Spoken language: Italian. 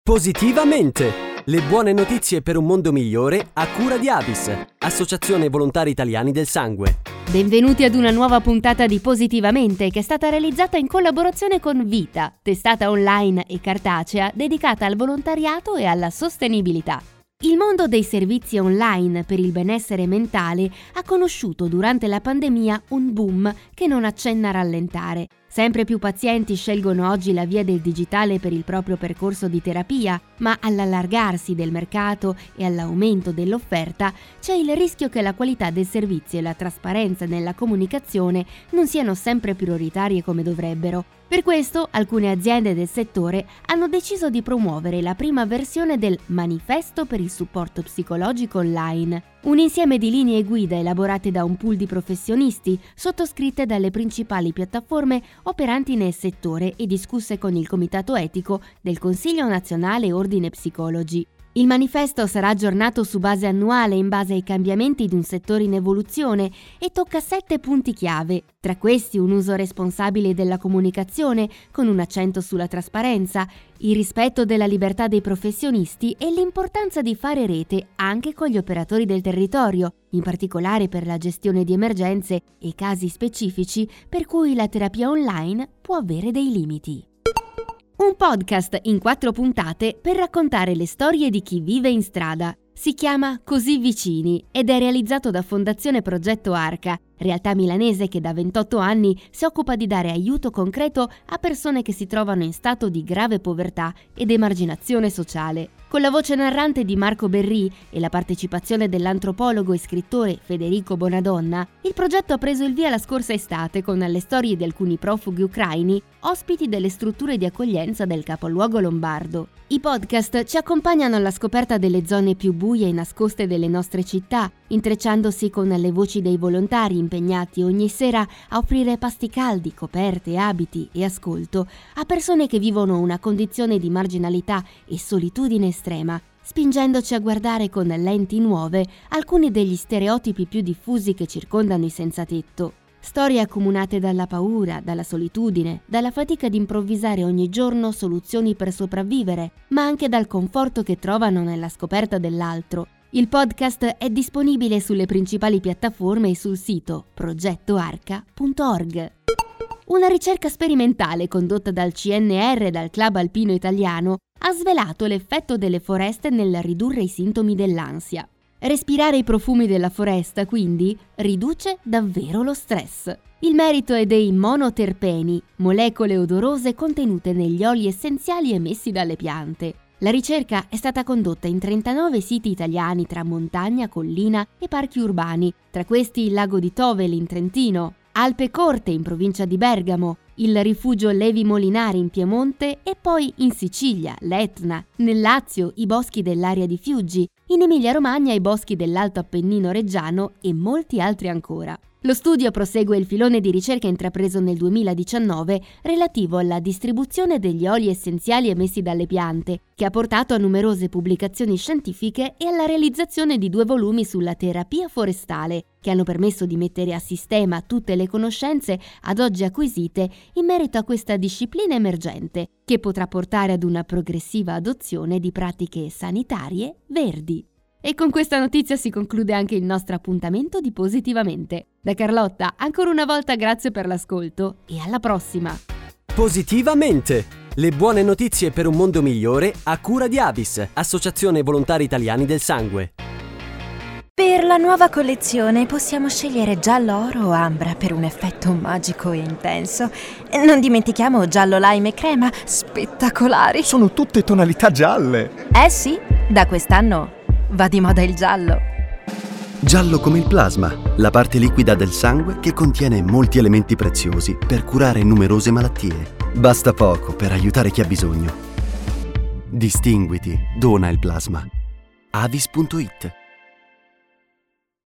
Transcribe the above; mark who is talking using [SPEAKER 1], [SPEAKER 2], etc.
[SPEAKER 1] Positivamente! Le buone notizie per un mondo migliore a cura di Avis, Associazione Volontari Italiani del Sangue.
[SPEAKER 2] Benvenuti ad una nuova puntata di Positivamente che è stata realizzata in collaborazione con Vita, testata online e cartacea dedicata al volontariato e alla sostenibilità. Il mondo dei servizi online per il benessere mentale ha conosciuto durante la pandemia un boom che non accenna a rallentare. Sempre più pazienti scelgono oggi la via del digitale per il proprio percorso di terapia, ma all'allargarsi del mercato e all'aumento dell'offerta c'è il rischio che la qualità del servizio e la trasparenza nella comunicazione non siano sempre prioritarie come dovrebbero. Per questo alcune aziende del settore hanno deciso di promuovere la prima versione del Manifesto per il supporto psicologico online, un insieme di linee guida elaborate da un pool di professionisti, sottoscritte dalle principali piattaforme operanti nel settore e discusse con il Comitato Etico del Consiglio Nazionale Ordine Psicologi. Il manifesto sarà aggiornato su base annuale in base ai cambiamenti di un settore in evoluzione e tocca 7 punti chiave. Tra questi un uso responsabile della comunicazione, con un accento sulla trasparenza, il rispetto della libertà dei professionisti e l'importanza di fare rete anche con gli operatori del territorio, in particolare per la gestione di emergenze e casi specifici per cui la terapia online può avere dei limiti. Un podcast in 4 puntate per raccontare le storie di chi vive in strada. Si chiama Così Vicini ed è realizzato da Fondazione Progetto Arca, realtà milanese che da 28 anni si occupa di dare aiuto concreto a persone che si trovano in stato di grave povertà ed emarginazione sociale. Con la voce narrante di Marco Berri e la partecipazione dell'antropologo e scrittore Federico Bonadonna, il progetto ha preso il via la scorsa estate con le storie di alcuni profughi ucraini, ospiti delle strutture di accoglienza del capoluogo lombardo. I podcast ci accompagnano alla scoperta delle zone più buie e nascoste delle nostre città, intrecciandosi con le voci dei volontari impegnati ogni sera a offrire pasti caldi, coperte, abiti e ascolto a persone che vivono una condizione di marginalità e solitudine estrema, spingendoci a guardare con lenti nuove alcuni degli stereotipi più diffusi che circondano i senzatetto. Storie accomunate dalla paura, dalla solitudine, dalla fatica di improvvisare ogni giorno soluzioni per sopravvivere, ma anche dal conforto che trovano nella scoperta dell'altro. Il podcast è disponibile sulle principali piattaforme e sul sito progettoarca.org. Una ricerca sperimentale condotta dal CNR e dal Club Alpino Italiano ha svelato l'effetto delle foreste nel ridurre i sintomi dell'ansia. Respirare i profumi della foresta, quindi, riduce davvero lo stress. Il merito è dei monoterpeni, molecole odorose contenute negli oli essenziali emessi dalle piante. La ricerca è stata condotta in 39 siti italiani tra montagna, collina e parchi urbani, tra questi il lago di Tovel in Trentino, Alpe Corte in provincia di Bergamo, il rifugio Levi Molinari in Piemonte e poi in Sicilia, l'Etna, nel Lazio i boschi dell'area di Fiuggi, in Emilia-Romagna i boschi dell'Alto Appennino Reggiano e molti altri ancora. Lo studio prosegue il filone di ricerca intrapreso nel 2019 relativo alla distribuzione degli oli essenziali emessi dalle piante, che ha portato a numerose pubblicazioni scientifiche e alla realizzazione di 2 volumi sulla terapia forestale, che hanno permesso di mettere a sistema tutte le conoscenze ad oggi acquisite in merito a questa disciplina emergente, che potrà portare ad una progressiva adozione di pratiche sanitarie verdi. E con questa notizia si conclude anche il nostro appuntamento di Positivamente. Da Carlotta, ancora una volta grazie per l'ascolto e alla prossima!
[SPEAKER 1] Positivamente! Le buone notizie per un mondo migliore a cura di Avis, Associazione Volontari Italiani del Sangue.
[SPEAKER 3] Per la nuova collezione possiamo scegliere giallo oro o ambra per un effetto magico e intenso. Non dimentichiamo giallo lime e crema, spettacolari.
[SPEAKER 4] Sono tutte tonalità gialle.
[SPEAKER 3] Sì, da quest'anno va di moda il giallo.
[SPEAKER 5] Giallo come il plasma, la parte liquida del sangue che contiene molti elementi preziosi per curare numerose malattie. Basta poco per aiutare chi ha bisogno. Distinguiti, dona il plasma. Avis.it